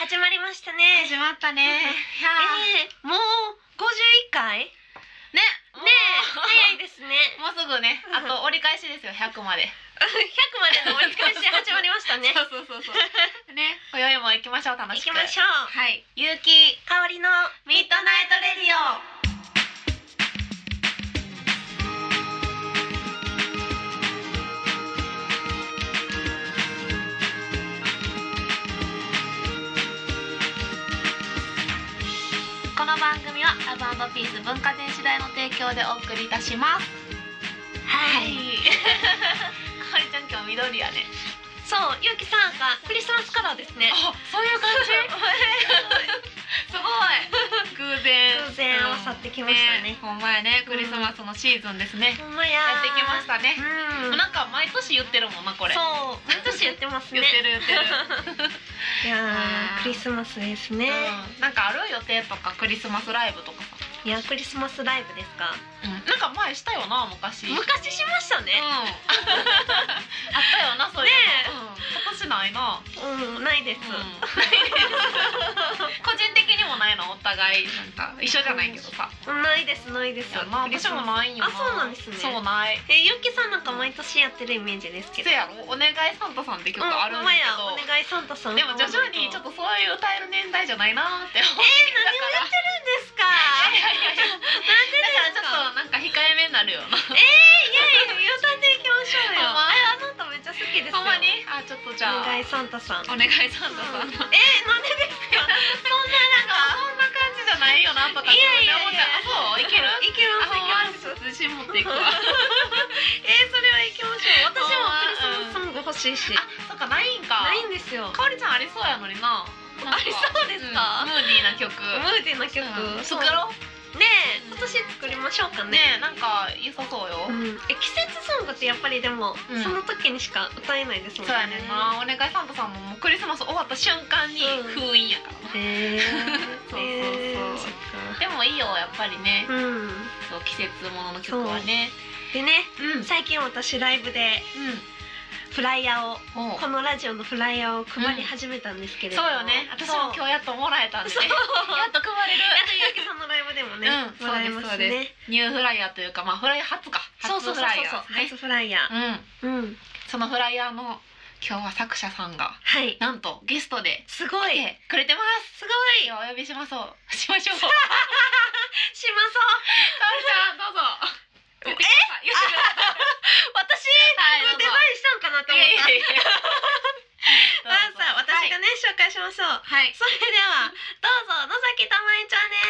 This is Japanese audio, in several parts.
始まりましたね。 始まったね。 もう51回ね早いですね。 もうすぐね、あと折り返しですよ、100まで。 100までの折り返しで始まりましたね。 そうね、今宵も行きましょう、楽しく。 行きましょう。 はい、ゆうき香りのミッドナイトレディオ。この番組はラブ&ピース文化電子代の提供でお送りいたします。 はい。 かおりちゃん今日緑やね。 そう、ゆうきさんがクリスマスカラーですね。 あ、そういう感じ。すごい。偶然合わさってきましたね。 ほんまやね、クリスマスのシーズンですね。 ほんまや。 やってきましたね。なんか毎年言ってるもんな、これ。 そう、毎年言ってますね。 言ってる。 いやー、クリスマスですね。 なんかある予定とか、クリスマスライブとかさ。 いや、クリスマスライブですか。 なんか前したよな、昔しましたね。 あったよな、そういうの。今年ないな。 ないです。 個人的にもないの、お互いなんか一緒じゃないけどさ。 ないです。 私もないよな。 あ、そうなんですね。 そうない。 ゆうきさんなんか毎年やってるイメージですけど。 そうやろ、お願いサンタさんって曲あるんだけど。 お願いサンタさん。 でも徐々にちょっとそういう歌える年代じゃないなって思って。 何をやってるんですか。 なんでですか。だからちょっとなんか控えめになるよな。 いや歌っていきましょうよ。あなためっちゃ好きですよ。 ほんまに。あ、ちょっとじゃあ。 お願いサンタさん。 お願いサンタさん。 なんでですか。そんな感じじゃないよなとか。いや思っちゃう。そう、いける。 いけます。 自信持っていくわ。 それは行きましょう。私もクリスマスソング欲しいし。 あ、そっか、ないんか。 ないんですよ。 かおりちゃんありそうやのにな。 ありそうですか。 ムーディーな曲。作ろう。 ねえ、今年作りましょうかね。 ねえ、なんか良さそうよ。 季節ソングってやっぱりでもその時にしか歌えないですもんね。 そうやねんな。お願いサンタさんもクリスマス終わった瞬間に封印やから。そう。でもいいよ、やっぱりね。そう、季節ものの曲はね。 でね、最近私ライブでフライヤーを、このラジオのフライヤーを配り始めたんですけれども。 そうよね。私も今日やっともらえたんで。やっと配れる。 やっとゆうきさんのライブでもね、もらえますね。 ニューフライヤーというか、まあフライヤー初か。 初フライヤー。初フライヤー。 そのフライヤーの今日は作者さんがなんとゲストですごいくれてます。 すごい。 お呼びしましょう。しましょう。 かおりちゃんどうぞ。 私デザインしたんかなと思った。さあ私がね紹介しましょう。それではどうぞ野崎たまえちゃんです。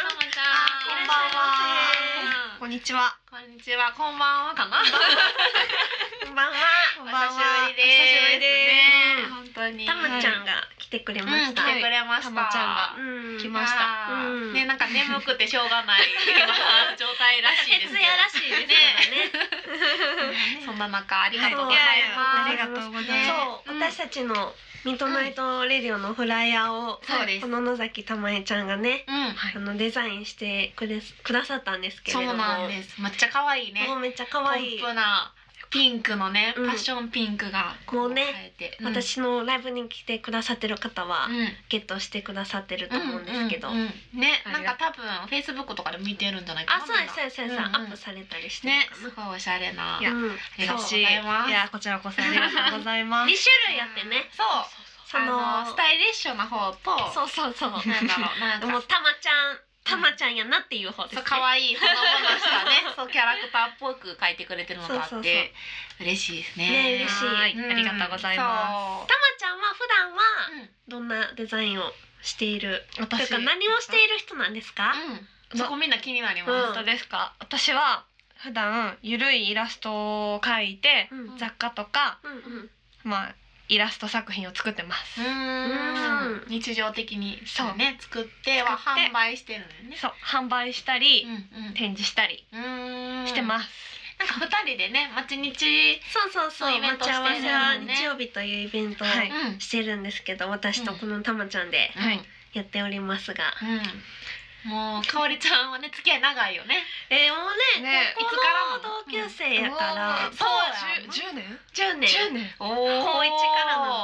たまちゃん。 こんばんは。 こんにちは。こんにちは。こんばんはかな。 こんばんは。 お久しぶりです。本当に。 たまちゃんが来てくれました。 来てくれました。たまちゃんが来ました。ね、なんか眠くてしょうがない状態らしいです。 徹夜らしいですね。 そんな中ありがとうございます。 ありがとうございます。私たちのミッドナイトレディオのフライヤーをこの野崎たまえちゃんがね、デザインしてくださったんですけれども。 そうなんです。めっちゃ可愛いね。 めっちゃ可愛い。 ポップなピンクのね、パッションピンクがもうね、私のライブに来てくださってる方はゲットしてくださってると思うんですけど、ね、 なんか多分フェイスブックとかで見てるんじゃないかな。 そうですアップされたりしてね、すごいおしゃれな。 ありがとうございます。 いや、こちらこそありがとうございます。 2種類あってね。 そう。そのスタイリッシュな方と、なんだろう、なんかもうたまちゃんやなっていう方ですね。 可愛いほのぼのしたね、そうキャラクターっぽく描いてくれてるのがあって嬉しいですね。 ね、嬉しい。 ありがとうございます。 たまちゃんは普段はどんなデザインをしているというか何をしている人なんですか？ そこみんな気になります。 本当ですか？私は普段ゆるいイラストを描いて雑貨とかまあイラスト作品を作ってます。 日常的にそうね、作っては販売してるのよね。 そう、販売したり展示したりしてます。 なんか2人でね、待ち日そう待ち合わせは日曜日というイベントをしてるんですけど、私とこのたまちゃんでやっておりますが、 もうかおりちゃんはね付き合い長いよね。 もうね、いつからの同級生やから、 そう10年高1からなので。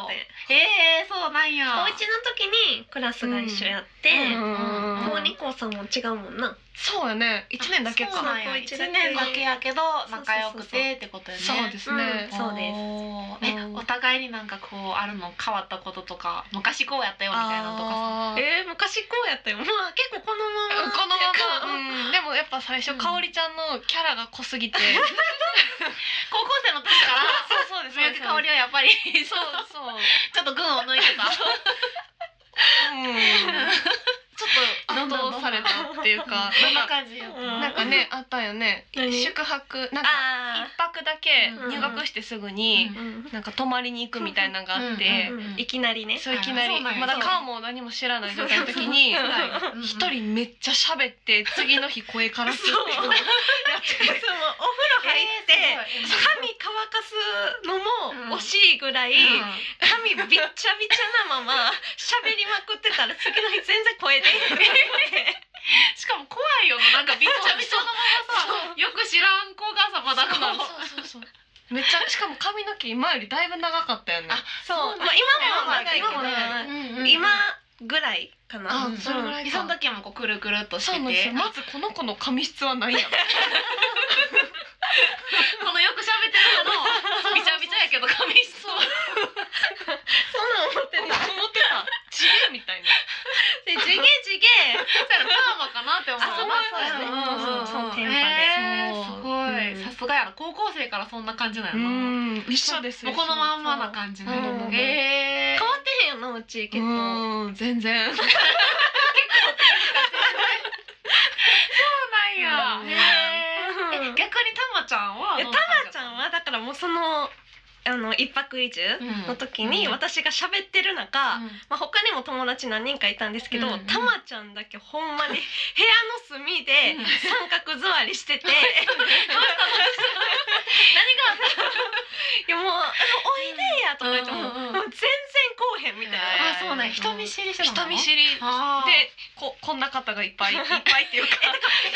そうなんや。 高1の時にクラスが一緒やって、高2高3も違うもんな。 そうやね、1年だけか。 1年だけやけど仲良くてってことやね。 そうですね。 そうです。 お互いになんかこうあるの変わったこととか、昔こうやったよみたいなのとか。 昔こうやったよ。まあ結構このまま。 でもやっぱ最初かおりちゃんのキャラが濃すぎて。 高校生の時から。 そうです。 宮城かおりはやっぱり。 そう。 ちょっと群を抜いてた。 ちょっと圧倒されたっていうか、 どんな感じよ。 なんかね、あったよね。宿泊なんか一泊だけ入学してすぐになんか泊まりに行くみたいなのがあって、 いきなりね。 そういきなりまだ顔も何も知らない状態の時に一人めっちゃ喋って次の日声からすっていうのをやって、お風呂入って髪乾かすのも惜しいぐらい髪びっちゃびちゃなまま喋りまくってたら次の日全然声でしかも怖いよな、なんかびっちゃびちゃのままさ、よく知らん子がさまだこうそうめっちゃ、しかも髪の毛今よりだいぶ長かったよね。 そう、まあ今も長いけど今ぐらいかな。 そのぐらい。その時もこうくるくるっとしてて、 まずこの子の髪質は何やろ。 このよく喋ってる子のびちゃびちゃやけど髪質。そんなん思ってた。地毛みたいな。 地毛。 パーマかなって思う。 そう天パで。すごい。さすがやな。高校生からそんな感じなの。 一緒です。 このまんまな感じなの。変わってへんよな、うち結構。 全然。 そうなんや。逆にたまちゃんは？ たまちゃんはだからもうその一泊移住の時に私が喋ってる中、他にも友達何人かいたんですけど、たまちゃんだけほんまに部屋の隅で三角座りしてて、何があった？ いやもうおいでやとか言っても全然こうへんみたいな。 そうね、人見知りしてたの？ 人見知りでこんな方がいっぱいっていうか、でも人見知りっていうか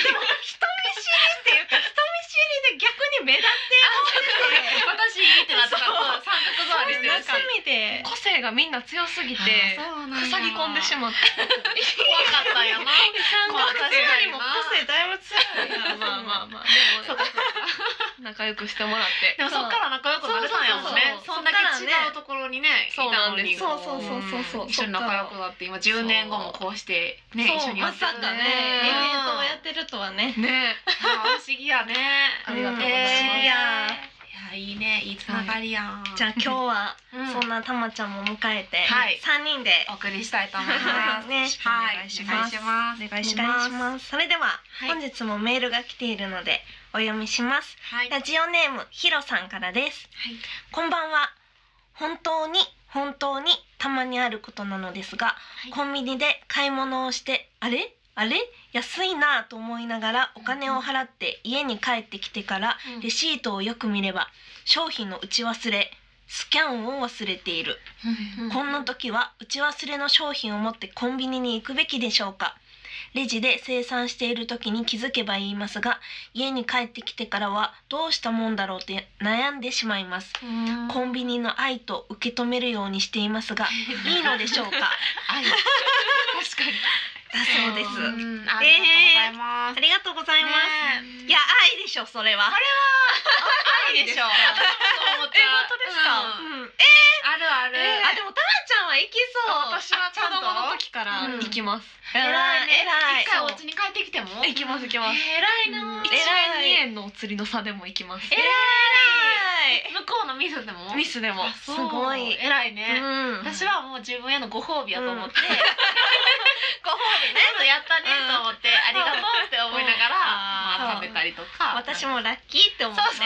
人見知りで逆に目立って私いいってなってた。三角座りしてるから個性がみんな強すぎて塞ぎ込んでしまって怖かったよな。 三角よりも個性だいぶ強い。 まあでも仲良くしてもらって、 でもそっから仲良くなれたんやもんね。そんだけ違うところにねいたのに、 そう一緒に仲良くなって今10年後もこうしてね一緒にやってるんだね。 イベントをやってるとはね。 不思議やね。 ありがとうございます。 いいね、いいつながりやん。 じゃあ今日はそんなたまちゃんも迎えて3人でお送りしたいと思いますね。 お願いします。 お願いします。それでは本日もメールが来ているのでお読みします。ラジオネームひろさんからです。こんばんは。本当にたまにあることなのですが、コンビニで買い物をしてあれ安いなと思いながらお金を払って家に帰ってきてからレシートをよく見れば商品の打ち忘れ、スキャンを忘れている。こんな時は打ち忘れの商品を持ってコンビニに行くべきでしょうか。レジで精算している時に気づけば言いますが、家に帰ってきてからはどうしたもんだろうって悩んでしまいます。コンビニの愛と受け止めるようにしていますがいいのでしょうか。 愛確かにだそうです。 ありがとうございます。 いや愛でしょそれは。 これは愛でしょ。本当ですか。 あるある。 でもたまちゃんは行きそう。 私は子供の時から行きます。 偉い。一回お家に帰ってきても行きます。 偉いな。 1円2円のお釣りの差でも行きます。 偉い。向こうのミスでも。 ミスでも。 すごい偉いね。私はもう自分へのご褒美やと思って。 ご褒美ね。 やったねと思ってありがとうって思いながら食べたりとか。 私もラッキーって思って。ラッ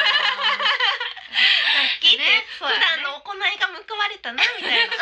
キーって普段の行いが報われたなみたいな。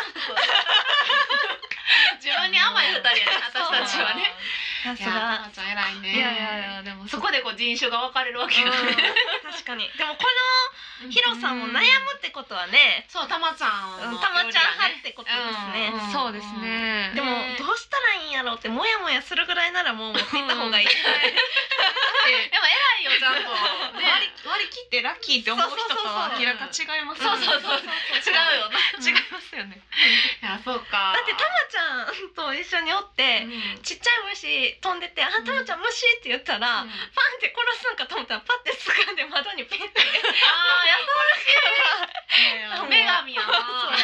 自分に甘い2人やね私たちはね。 さすが。 たまちゃん偉いね。 いやでもそこでこう人種が分かれるわけよね。 確かに。でもこのヒロさんも悩むってことはね。 そうたまちゃん派ってことですね。 そうですね。 でもどうしたらいいんやろうってモヤモヤするぐらいならもう持っていった方がいい。でも偉いよちゃんと。 割り切っってラッキーって思う人とは明らか違いますよね。 そう違うよな。 違いますよね。 いやそうか。 だってたまちゃんと一緒におって、ちっちゃい虫飛んでて「あ、たまちゃん虫」って言ったら、パンって殺すんかと思ったらパッて掴んで窓にペンって。 女神やな。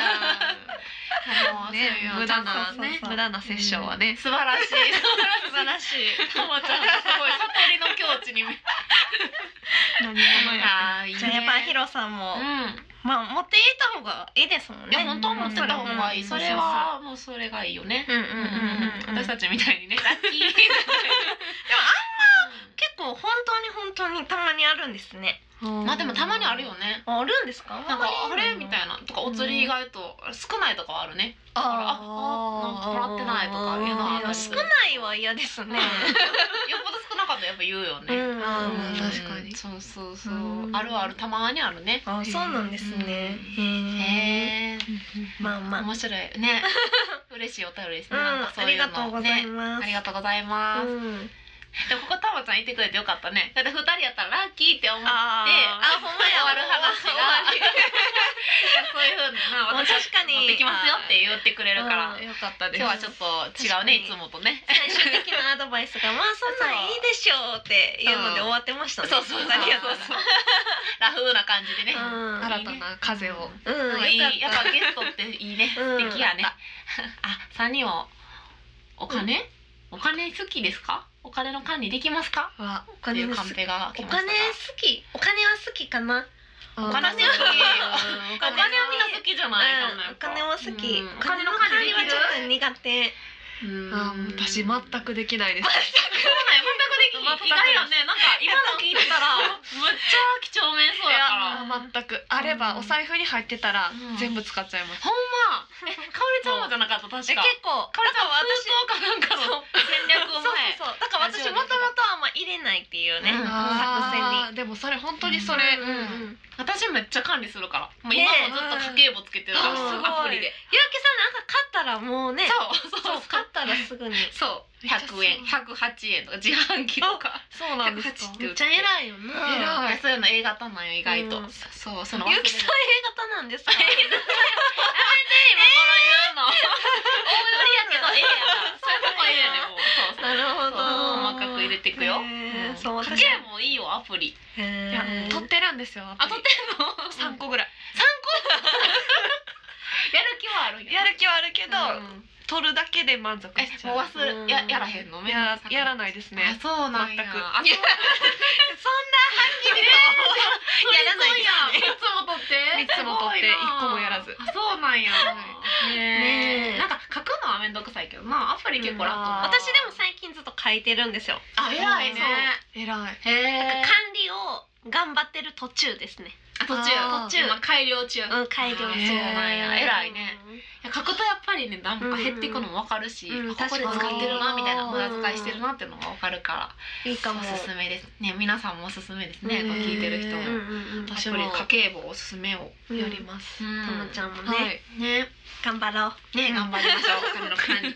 無駄なセッションはね、 素晴らしい。 素晴らしい。 たまちゃんすごい悟りの境地に。 何者や。 じゃあやっぱヒロさんも、まあ持っていた方がいいですもんね。 いや本当持ってた方がいい。それはもうそれがいいよね。私たちみたいにね、ラッキー。でもあんま結構本当にたまにあるんですね。 まあでもたまにあるよね。 あるんですか？ なんかあれみたいなとか、お釣り意外と少ないとかはあるね。なんかもらってないとかいうのは少ないは嫌ですね。 よっぽど少なかったらやっぱ言うよね。 確かに。 そうあるある、たまにあるね。 あ、そうなんですね。へえ。まあまあ面白いね。嬉しいお便りですね。 ありがとうございます。 ありがとうございます。でもここたまちゃんいてくれてよかったね。だって2人やったらラッキーって思って、ほんまや終わる話がそういう風な私確かに持ってきますよって言ってくれるからよかったです。今日はちょっと違うね、いつもとね。 最終的なアドバイスがまあそんなんいいでしょうっていうので終わってましたね。 そうラフな感じでね、 新たな風を。 やっぱゲストっていいね、素敵やね。あ、3人はお金好きですか？お金の管理できますか？ お金は好きかな。 お金はみんな好きじゃないかな。 お金は好き。 お金の管理はちょっと苦手。 私全くできないです。 意外やね。なんか今の聞いてたらむっちゃ几帳面そうやから。 全くあればお財布に入ってたら全部使っちゃいます。 ほんま。かおりちゃんもじゃなかった確か。 結構。 かおりちゃんは私とかなんかの戦略を前。 そう。だから私もともとは入れないっていうね作戦に。 でもそれ本当にそれ。 私めっちゃ管理するから。もう今もずっと家計簿つけてるからアプリで。 ゆうきさんなんか買ったらもうね。そう買ったらすぐに。 そう。100円、108円とか自販機とか。 そうなんですか。 めっちゃ偉いよな。 偉い。そういうの A 型なんよ意外と。そうその。 ゆうきさん A 型なんですか。 やめて今頃言うの。大寄りやけど A やから。そういうとこ A やねもう。そうなるほど。 細かく入れていくよ。 そう。 家計もいいよアプリ。 いや取ってるんですよ。 あ取ってんの ？3個ぐらい。 3個？やる気はある。 やる気はあるけど。取るだけで満足しちゃう。 もうやらへんの？ やらないですね。 そうなんや。 そんなはっきりとやらないですね。3つも取って 1個もやらず。 そうなんや。なんか書くのはめんどくさいけどな、アプリ結構楽。 私でも最近ずっと書いてるんですよ。 あ、偉いね。 偉い。 管理を頑張ってる途中ですね。 途中改良中。 改良中。 そうなんや。偉いね。書くとやっぱりね、なんか減っていくのもわかるし、ここで使ってるなみたいな、無駄遣いしてるなっていうのがわかるから、 いいかも。 おすすめですね。皆さんもおすすめですね。聞いてる人も。 私も家計簿おすすめをやります。 たまちゃんもね。 ね、 頑張ろう。 ね、頑張りましょう。お金の管理。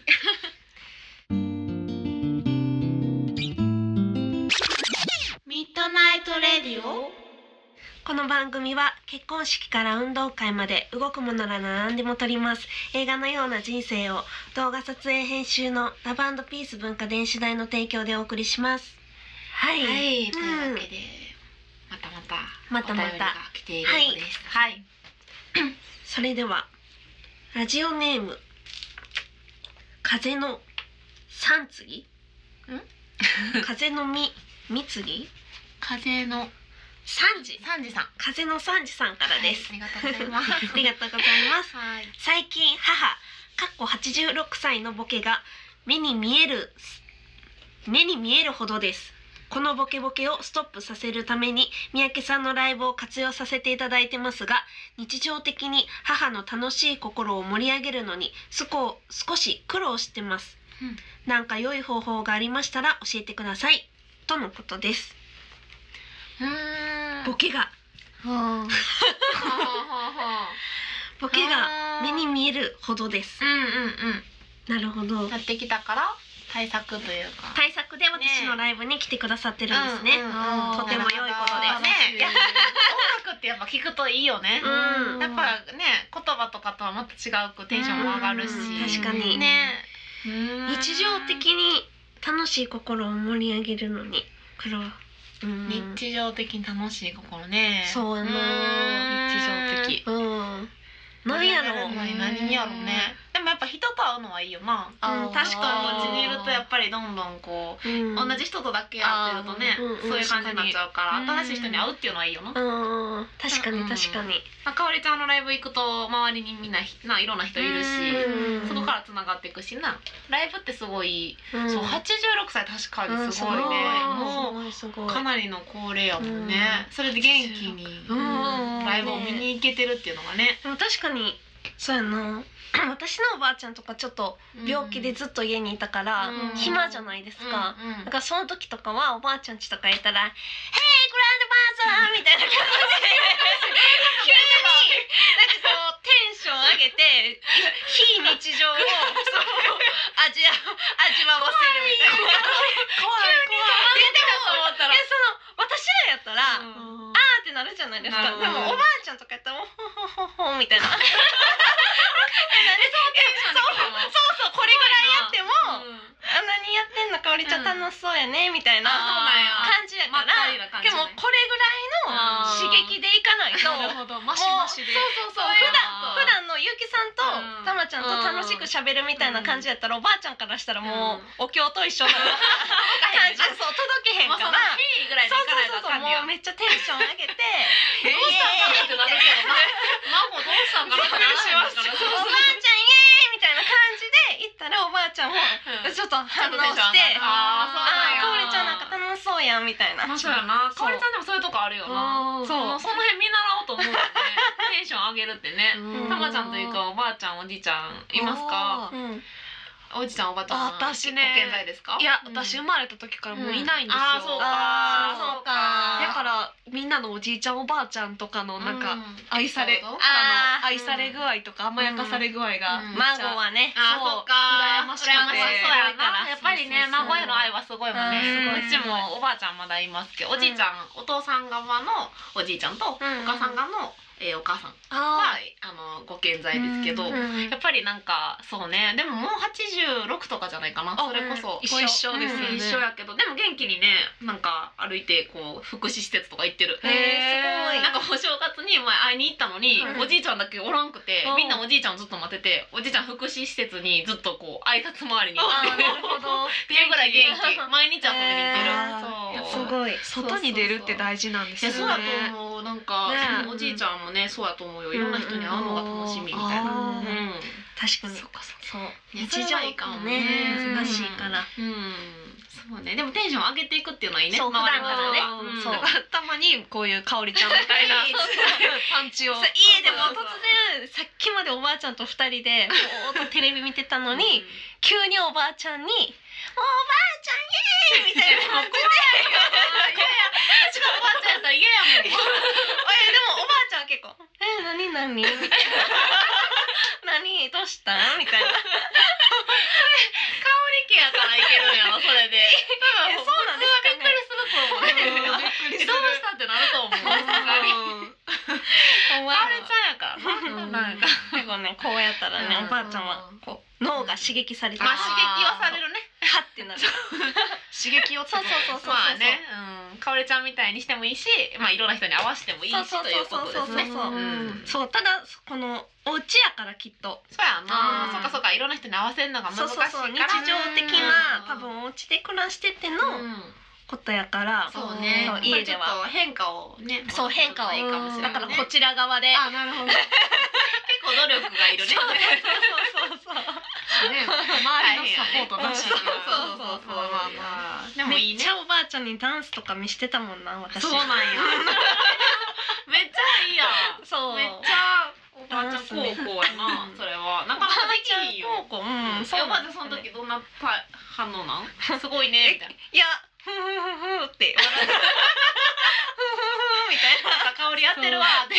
ミッドナイトレディオ。この番組は結婚式から運動会まで動くものなら何でも撮ります。映画のような人生を動画撮影編集のラブ&ピース文化電子台の提供でお送りします。はい。 というわけで、またお便りが来ているようです。はい。 それではラジオネーム風の三次？風のみつぎ？ 風の三次さん、風の三次さんからです。 ありがとうございます。 ありがとうございます。最近母86歳のボケが目に見えるほどです。このボケをストップさせるために三宅さんのライブを活用させていただいてますが、日常的に母の楽しい心を盛り上げるのに少し苦労してます。なんか良い方法がありましたら教えてくださいとのことです。ボケが目に見えるほどです。なるほど。 やってきたから対策というか。 対策で私のライブに来てくださってるんですね。とても良いことですね。 聞くといいよね。やっぱね言葉とかとはまた違うテンションも上がるし。 確かにね。 日常的に楽しい心を盛り上げるのにこれは日常的に楽しい心ね。 そうやな。 日常的。 何やろう。 何やろうね。でもやっぱ人と会うのはいいよな。 確かに。 お家にいるとやっぱりどんどんこう同じ人とだけやってるとね、そういう感じになっちゃうから新しい人に会うっていうのはいいよな。 確かに確かに。 かおりちゃんのライブ行くと周りにみんないろんな人いるし、そこからつながっていくしな。ライブってすごい。そう86歳確かにすごいね。もうかなりの高齢やもんね。それで元気にライブを見に行けてるっていうのがね。 でも確かにそうやな。私のおばあちゃんとかちょっと病気でずっと家にいたから暇じゃないですか。だからその時とかはおばあちゃん家とかいたら「ヘイグランドマザー」みたいな感じで急になんかこうテンション上げて非日常を味わわせるみたいな。怖いでも私らやったらあーってなるじゃないですか。でもおばあちゃんとかやったら「ほほほほ」みたいな。そうこれぐらいやっても何やってんのかおりちゃん楽しそうやねみたいな感じやから、でもこれぐらいの刺激でいかないとマシマシで普段のゆうきさんとたまちゃんと楽しくしゃべるみたいな感じやったらおばあちゃんからしたらもうお経と一緒の感じでそう届けへんからもうめっちゃテンション上げてどうしたんかなってなるけどな。マモどうしたんかなってなるしますから。 おばあちゃんイエーイみたいな感じで言ったらおばあちゃんもちょっと反応してかおりちゃんなんか楽しそうやんみたいな。 そうやな。かおりちゃんでもそういうとこあるよな。そうその辺見習おうと思うよね。テンション上げるってね。たまちゃんというかおばあちゃんおじいちゃんいますか？おじちゃんおばちゃん私ねご健在ですか？ いや私生まれた時からもういないんですよ。 そうか。 だからみんなのおじいちゃんおばあちゃんとかのなんか愛され具合とか甘やかされ具合が孫はねそう羨ましくて。 やっぱりね孫への愛はすごいもんね。うちもおばあちゃんまだいますけどおじいちゃんお父さん側のおじいちゃんとお母さん側のお母さんはご健在ですけど、やっぱりなんかそうね。でももう86とかじゃないかな。それこそ一緒ですよね。 一緒やけどでも元気にねなんか歩いてこう福祉施設とか行ってる。 すごい。 なんかお正月に前会いに行ったのにおじいちゃんだけおらんくてみんなおじいちゃんずっと待ってておじいちゃん福祉施設にずっとこう挨拶回りに行ってるっていうぐらい元気。毎日遊びに行ってる。 すごい。 外に出るって大事なんですよね。 そうだと思う。なんかおじいちゃんもねそうやと思うよ。いろんな人に会うのが楽しみみたいな。 確かに。そう日常感もね難しいから。 そうね。でもテンション上げていくっていうのはいいね。 そう普段からね。 だからたまにこういうかおりちゃんみたいなパンチを。 家でも突然さっきまでおばあちゃんと2人でぼーっとテレビ見てたのに急におばあちゃんに「おばあちゃんイエーイ!」みたいな感じで。 いやおばあちゃんやったら嫌やもん。 でもおばあちゃんは結構「何?」みたいな「何どうした?」みたいな。 香り系やからいけるんやろそれで。 そうなんですかね。 びっくりすると思う。どうしたってなると思う。香りちゃんやからな。なんか結構ねこうやったらねおばあちゃんはこう脳が刺激されて刺激はされるね。 はってなる。 刺激をそうまあねかおりちゃんみたいにしてもいいしまあいろんな人に合わせてもいいしということですね。 そうただこのお家やからきっとそうやな。そうかいろんな人に合わせるのが難しいから日常的な多分お家で暮らしててのことやからそうね家では変化をねそう変化をだからこちら側でなるほど。 結構努力がいるね。 そう周りのサポートなし。 でもいいね。 めっちゃおばあちゃんにダンスとか見してたもんな私。 そうなんや。めっちゃいいやん。 そう。 めっちゃおばあちゃん高校やな。それはなかなかできいいよ。 高校おばあちゃんその時どんな反応なん？すごいねみたいな。 いやふふって笑ってふみたいな。 香りやってるわって。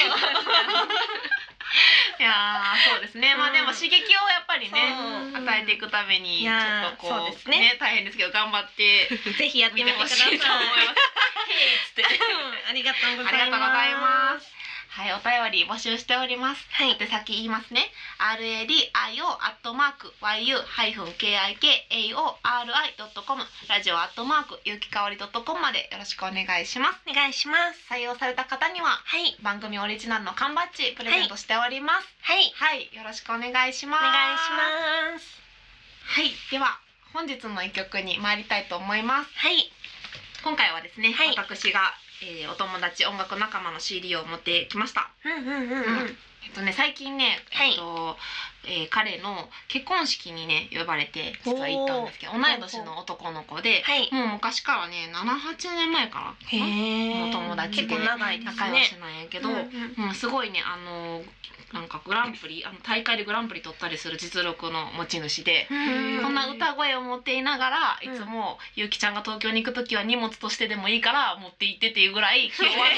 いやそうですね。まあでも刺激をやっぱりね与えていくためにちょっとこうね大変ですけど頑張ってぜひやってみてください。 へいっつって。 ありがとうございます。 はい、お便り募集しております。 はい。 で、先言いますね。radio@yu-kikaori.com ラジオゆきかおり .com までよろしくお願いします。 お願いします。 採用された方には、 はい、 番組オリジナルの缶バッジプレゼントしております。 はい、 はい、よろしくお願いします。 お願いします。 はい、では本日の一曲に参りたいと思います。 はい。 今回はですね、 はい、 私が、お友達音楽仲間の CD を持ってきました。最近ね、彼の結婚式にね呼ばれて実は行ったんですけど、同い年の男の子で、もう昔からね7、8年前からもう友達で仲良しなんやけど、もうすごいねなんかグランプリ大会でグランプリ取ったりする実力の持ち主で、こんな歌声を持っていながらいつもゆうきちゃんが東京に行く時は荷物としてでもいいから持って行ってっていうぐらい気弱な私は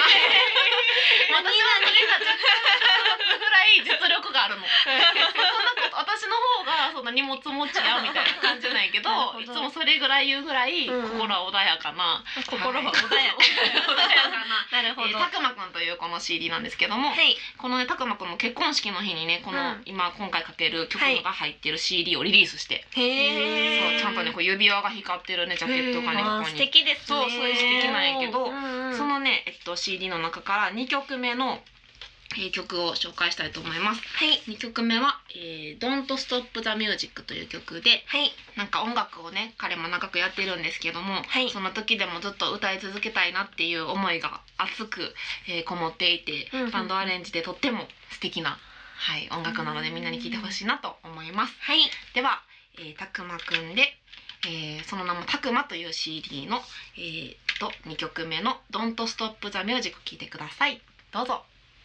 ぐらい実力があるの。私の方がそんな荷物持ちやみたいな感じなんやけどいつもそれぐらい言うぐらい心は穏やかな、 心は穏やかななるほど。 たくまくんというこの CD なんですけども、このねたくまくんの結婚式の日にねこの今回かける曲が入ってる CD をリリースして、そうちゃんとねこう指輪が光ってるねジャケットがねここに素敵ですね。 そういう素敵なんやけど、そのねCD の中から2曲目の曲を紹介したいと思います。2曲目は、Don't Stop the Music という曲で、なんか音楽をね彼も長くやってるんですけども、その時でもずっと歌い続けたいなっていう思いが熱く、こもっていて、バンドアレンジでとっても素敵な、音楽なのでみんなに聴いてほしいなと思います。では、たくまくんで、その名もたくまという CD の、2曲目の Don't Stop the Music 聴いてください。どうぞ。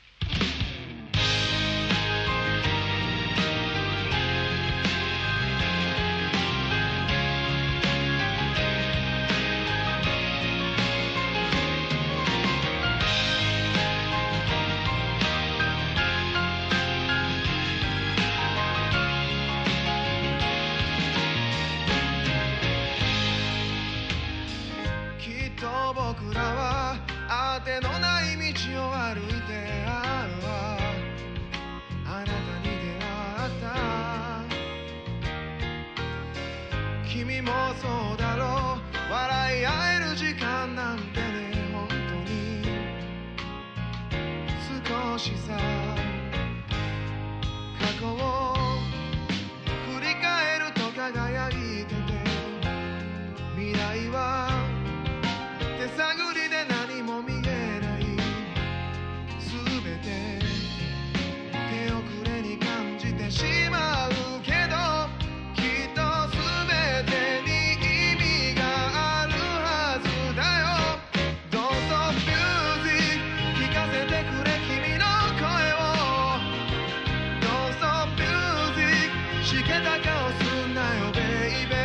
僕らは当てのない道を歩いてあなたに出会った。君もそうだろう。笑い合える時間なんてね本当に少しさ。過去を振り返ると輝いてて、未来は手探りで何も見えない。すべて手遅れに感じてしまうけど、きっとすべてに意味があるはずだよ。 Don't stop music 聞かせてくれ君の声を。 Don't stop music しけた顔すんなよ baby。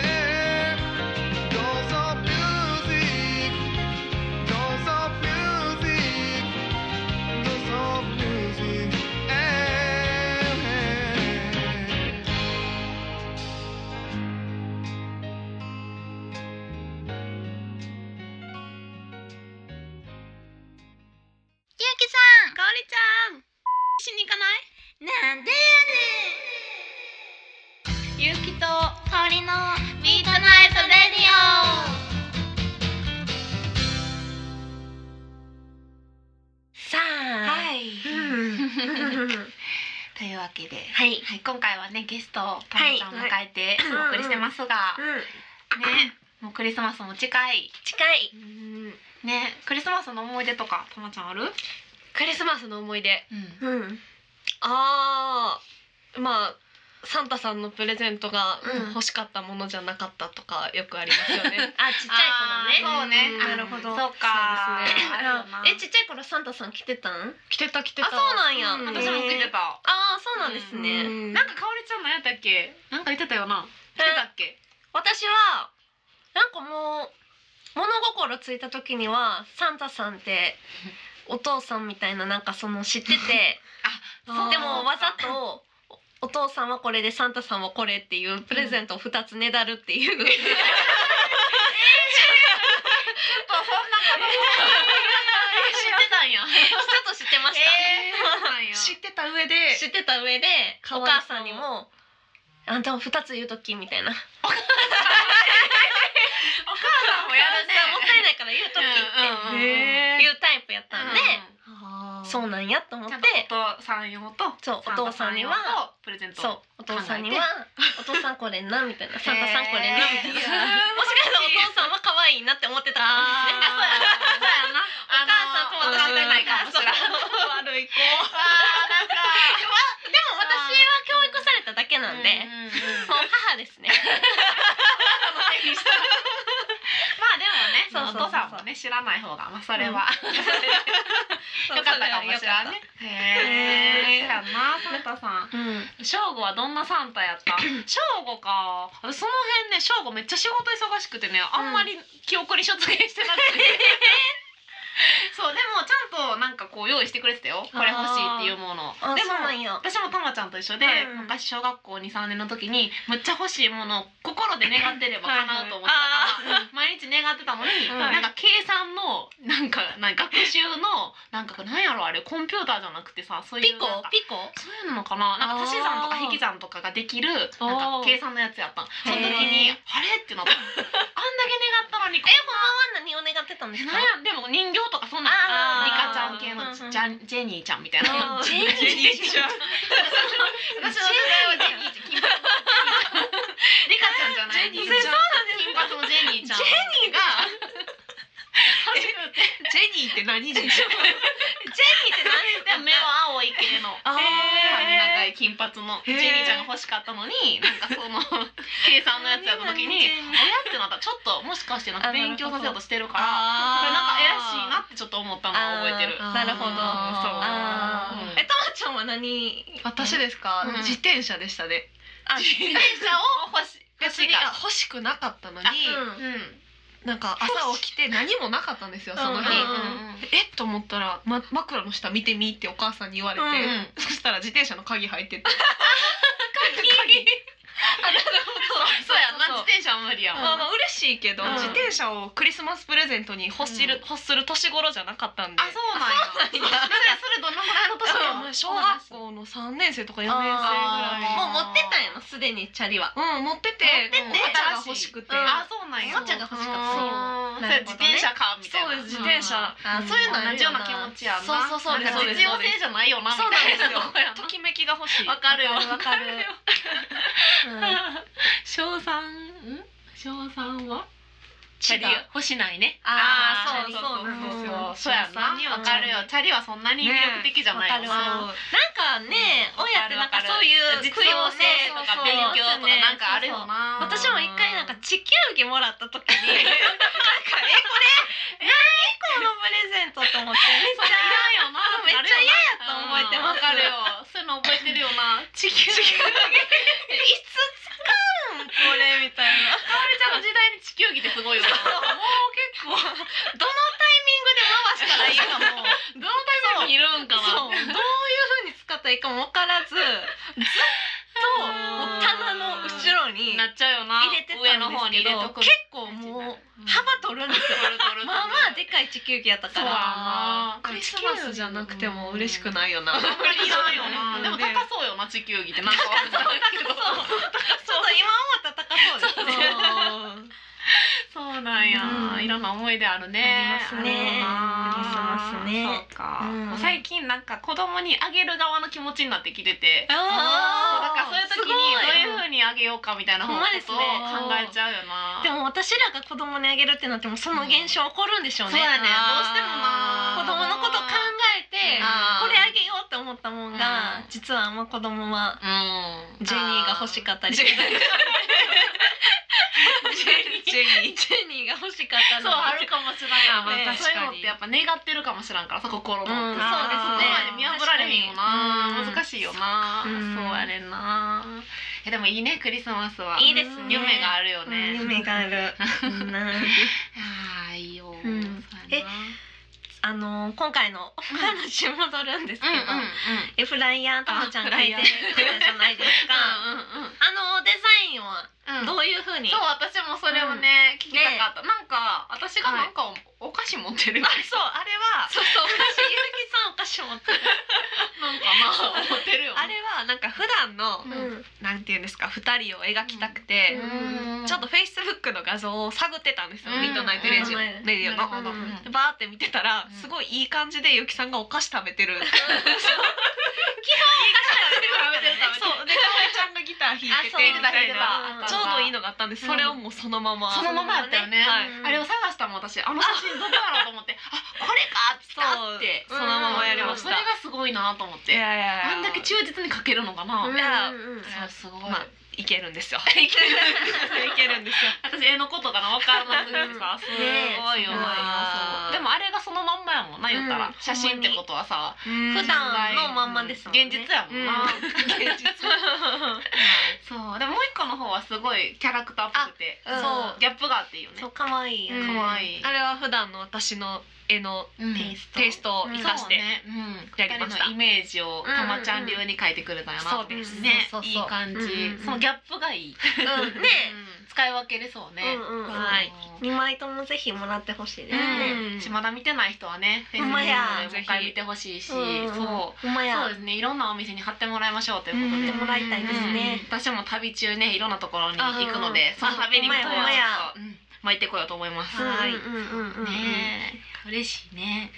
しに行かない？ なんでやねん。ゆうきとかおりのミートナイトレディオ。 さあ、 というわけで、 今回はねゲストをたまちゃんを迎えてお送りしてますが、ね、もうクリスマスも近いね。クリスマスの思い出とかたまちゃんある？ クリスマスの思い出、まあサンタさんのプレゼントが欲しかったものじゃなかったとかよくありますよね。 ちっちゃい頃ね。 そうね。 なるほど。 そうか。 ちっちゃい頃サンタさん来てたん？ 来てた。 あ、そうなんや。 私も来てた。 そうなんですね。 なんかかおりちゃん何やったっけ？なんか言ってたよな。来てたっけ？ 私はなんかもう物心ついた時にはサンタさんってお父さんみたいななんかその知っててでもわざとお父さんはこれでサンタさんはこれっていうプレゼントを2つねだるっていう、ちょっとそんなこと知ってたんや。ちょっと知ってました。 知ってた上でお母さんにもあんたも2つ言うときみたいな。 お母さんもやるね。 もったいないから言うときって言うタイプやったんで、そうなんやと思って、 お父さん用とそうお父さんにはプレゼント。 そうお父さんにはお父さんこれなみたいな、サンタさんこれなみたいな。もしかしたらお父さんは可愛いなって思ってたかもしれない。 そうやな。 お母さんと私がないかもしれない。 悪い子。 なんかでも私は教育されただけなんで、もう母ですね。 まあでもね、お父さんもね知らない方がまあそれはよかったかもしれないね。へえ。そうやな、サンタさん。正吾はどんなサンタやった？正吾か。その辺ね、正吾めっちゃ仕事忙しくてね、あんまり記憶に出現してなくて。そうでもちゃんとなんかこう用意してくれてたよ。これ欲しいっていうもの。でも私もたまちゃんと一緒で、昔小学校2、3年の時にむっちゃ欲しいものを心で願ってれば叶うと思ってたから毎日願ってたのに、なんか計算のなんか学習のなんかなんやろあれコンピューターじゃなくてさ、そういうピコそういうのかな、なんか足し算とか引き算とかができるなんか計算のやつやったん。その時にあれってなった。あんだけ願ったのに。 ほんまは何を願ってたんですか？ でも人形とかそんなんリカちゃん系のジェニーちゃんみたいな。 ジェニーちゃん。 私の世代はジェニーちゃん、金髪リカちゃんじゃない。金髪のジェニーちゃんがジェニーって何でしょ？ ジェニーって何？ 目は青い系の髪長い金髪のジェニーちゃんが欲しかったのに、なんかその計算のやつやった時に親ってなったらちょっともしかしてなんか勉強させようとしてるから、これなんか怪しいなってちょっと思ったのを覚えてる。 なるほど。 そう。 たまちゃんは何？ 私ですか？自転車でしたね。 自転車を欲しくなかったのに。なんか朝起きて何もなかったんですよその日。と思ったら枕の下見てみってお母さんに言われて、そしたら自転車の鍵入ってて。鍵。 なるほど。そうやな、自転車は無理やもん。 まあ嬉しいけど、自転車をクリスマスプレゼントに欲する年頃じゃなかったんで。 あ、そうなんや。それどのぐらいの年なの？ 小学校の3年生とか4年生ぐらい。 もう持ってたんやのすでにチャリは。 持ってておもちゃが欲しくて。 あ、そうなんや。 おもちゃが欲しかった。 自転車かみたいな。 そうです、自転車。 そういうの同じような気持ちやな。 そうです。 実用性じゃないよなみたいな。 ときめきが欲しい。 わかるよ。小三はチャリ欲しないね。そうやな。わかるよ。チャリはそんなに魅力的じゃないよな。 なんかね、親ってなんかそういう実用性とか勉強とかなんかあるよな。 私も一回なんか地球儀もらった時になんかこれ何このプレゼントと思ってめっちゃ嫌やと思えてわかるよ。そういうの覚えてるよな。地球儀いつ使うんこれみたいな。 かおりちゃんの時代に地球儀ってすごいよな。もう結構どのタイミングで回したらいいかもどのタイミングにいるんかな。 どういう風に使ったらいいかも分からずずっと棚の後ろになっちゃうよな。 入れてたんですけど、 上の方に入れとく。 結構もう幅取るんですよ。まあまあでかい地球儀やったから。 クリスマスじゃなくても嬉しくないよな。 あんまりいらんよな。でも高そうよな、地球儀ってなんかわかんないけど。 ちょっと今思ったら高そうですね。 そうなんや。いろんな思い出あるね。 ありますね。クリスマスね。 そうか。最近なんか子供にあげる側の気持ちになってきてて。だからそういう時にどういう風にあげようかみたいなことを考えちゃうよな。 でも私らが子供にあげるってなってもその現象起こるんでしょうね。 そうやね。どうしてもな。 子供のこと考えてこれあげようって思ったもんが実は子供はジェニーが欲しかったりして。ジェニーが欲しかったの。 そうあるかもしれないよね。そういうのってやっぱ願ってるかもしれんからさ、心の。そうですね。見破られへんよな。難しいよな。そうやねんな。でもいいね、クリスマスは。 いいですね。 夢があるよね。 夢がある。 いいよ。 今回のお話戻るんですけど、フライヤーたまちゃん書いてるじゃないですか。デザインをどういう風に？ そう私もそれをね聞きたかった。なんか私がなんかお菓子持ってる。 そうあれはそうお菓子ゆうきさんお菓子持ってる。 なんかな持ってるよ。 あれはなんか普段のなんていうんですか二人を描きたくてちょっとフェイスブックの画像を探ってたんですよ。ミッドナイトレディオのバーって見てたらすごいいい感じでゆうきさんがお菓子食べてる。そうでかおりちゃんがギター弾いててみたいなちょうどいいのがあったんでそれをもうそのままやったよね。あれを探したもん私あの写真どこやろうと思ってこれかってそのままやりました。 それがすごいなと思って。あんだけ忠実に描けるのかな。 いやすごい。 いけるんですよ。 いけるんですよ。 私絵のことかな分からなくてさすごいよな。でもあれがそのまんまやもんな言ったら写真ってことはさ普段のまんまですもんね。 現実やもんな。現実。そうでももう一個の方はすごいキャラクターっぽくてそうギャップがあっていいよね。 そう可愛い。 可愛い。 あれは普段の私の絵のテイストを生かしてやりました。 イメージをたまちゃん流に描いてくれたよな。 そうですね。いい感じ。そのギャップがいい。ね、使い分けれそうね。 はい。2枚ともぜひもらってほしいですね。 まだ見てない人はね、フェイスブックでもう一回見てほしいし、そうですね。いろんなお店に貼ってもらいましょうということで、 もらいたいですね。 私も旅中ね、いろんなところに行くので、その旅にも巻いてこようと思います。はい。ね、嬉しいね。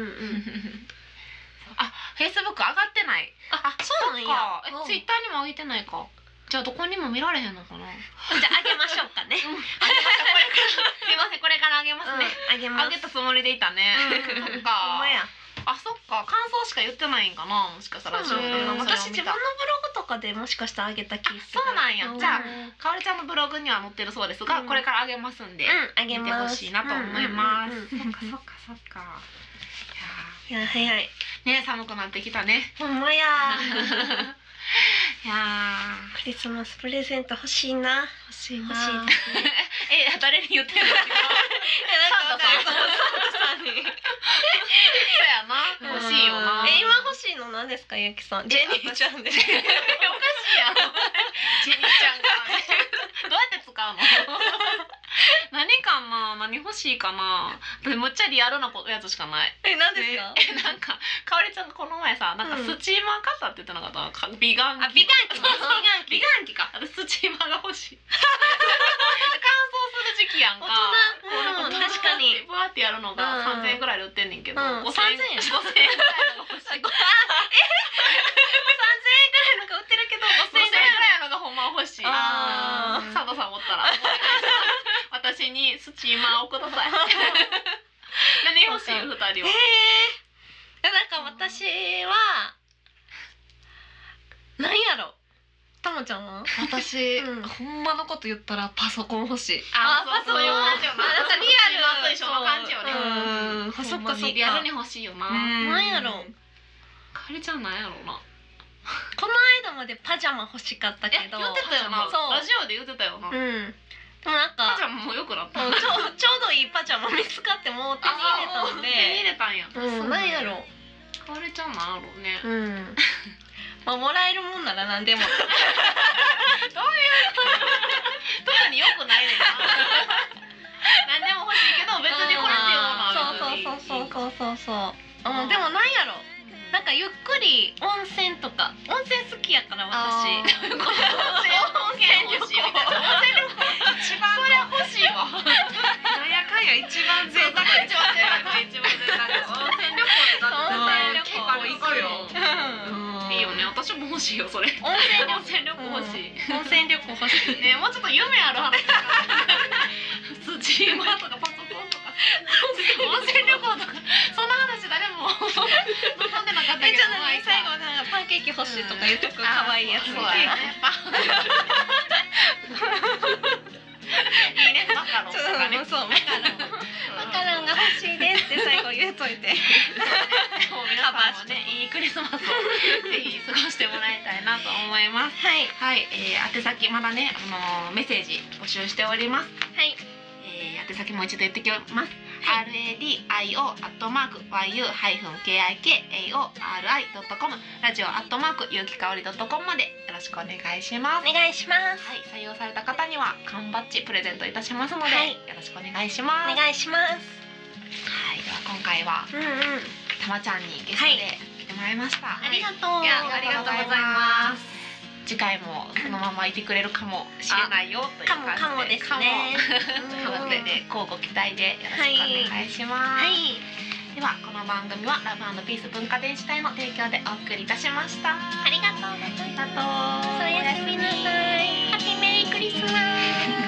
あ、フェイスブック上がってない。 あ、そうなんや。 ツイッターにも上げてないか。じゃあどこにも見られへんのかな。 じゃあ上げましょうかね。 すいませんこれから上げますね。上げたつもりでいたね。そっか。あ、そっか。感想しか言ってないんかな。もしかしたら。 私自分のブログとかでもしかしたら上げた気がする。 そうなんや。じゃあかおりちゃんのブログには載ってるそうですが、これから上げますんで見てほしいなと思います。そっかそっかそっか。 いや早い。 ね、寒くなってきたね。 ほんまや。 いやクリスマスプレゼント欲しいな。 欲しいな。 誰に言ってるの？サンタさんに。そうやな。欲しいよな。 今欲しいの何ですか、ゆきさん？ジェニーちゃんで。おかしいやん。ジェニーちゃんが。どうやって使うの？何かな、何欲しいかな。むっちゃリアルなやつしかない。 何ですか？ なんかかおりちゃんがこの前さ、なんかスチーマー買ったって言ってなかった？美顔器。 美顔器か。スチーマーが欲しい。乾燥する時期やんか。 確かに。 ブワーってやるのが3000円ぐらいで売ってんねんけど、 3000円。 5000円ぐらいのが欲しい。3000円ぐらいのが売ってるけど5000円ぐらいのがほんま欲しい。佐藤さんおったら私にスチーマーをください。何欲しい2人は。 なんか私は何やろ。たまちゃんは？ 私ほんまのこと言ったらパソコン欲しい。 パソコン。なんかリアルと一緒の感じよね。 そっかそっか。 リアルに欲しいよな。 何やろ。 かおりちゃんなんやろな。 この間までパジャマ欲しかったけど。 言ってたよな。ラジオで言ってたよな。 でもなんかパジャマも良くなった。 ちょうどいいパジャマ見つかってもう手に入れたので。 手に入れたんや。 何やろ。 かおりちゃんなんやろうね。 まあもらえるもんなら何でも。どういう特に良くないねんな。何でも欲しいけど別にこれっていうものはそうでもなんやろ。なんかゆっくり温泉とか温泉好きやから私。温泉旅行みたいな。温泉旅行一番それ欲しいわ。 なんやかんや一番贅沢。 一番贅沢。温泉旅行ってだって結構行くよ。いいよね。私も欲しいよそれ。温泉旅行欲しい。 温泉旅行欲しい。 ね、もうちょっと夢ある話。スチーマーとかパソコンとか。温泉旅行とかそんな話誰も望んでなかったけど。 じゃあ最後なんかパンケーキ欲しいとか言ってく可愛いやつ。そうやね。いいね。マカロンとかね。そうマカロンが欲しいですって最後言うといて。 皆さんもねいいクリスマスをぜひ過ごしてもらいたいなと思います。 はい。 はい。宛先まだねメッセージ募集しております。 はい。 宛先もう一度言ってきます。 radio@yu-kikaori.com ラジオゆうきかおり .com までよろしくお願いします。 お願いします。 はい、採用された方には缶バッジプレゼントいたしますので、よろしくお願いします。 お願いします。 はい、では今回はたまちゃんにゲストで来てもらいました。 ありがとう。 ありがとうございます。次回もそのままいてくれるかもしれないよという感じで、 かもですね。 なので交互期待でよろしくお願いします。はい。ではこの番組はラブ&ピース文化電子台の提供でお送りいたしました。 ありがとうございます。 おやすみなさい。 ハッピーメリークリスマス。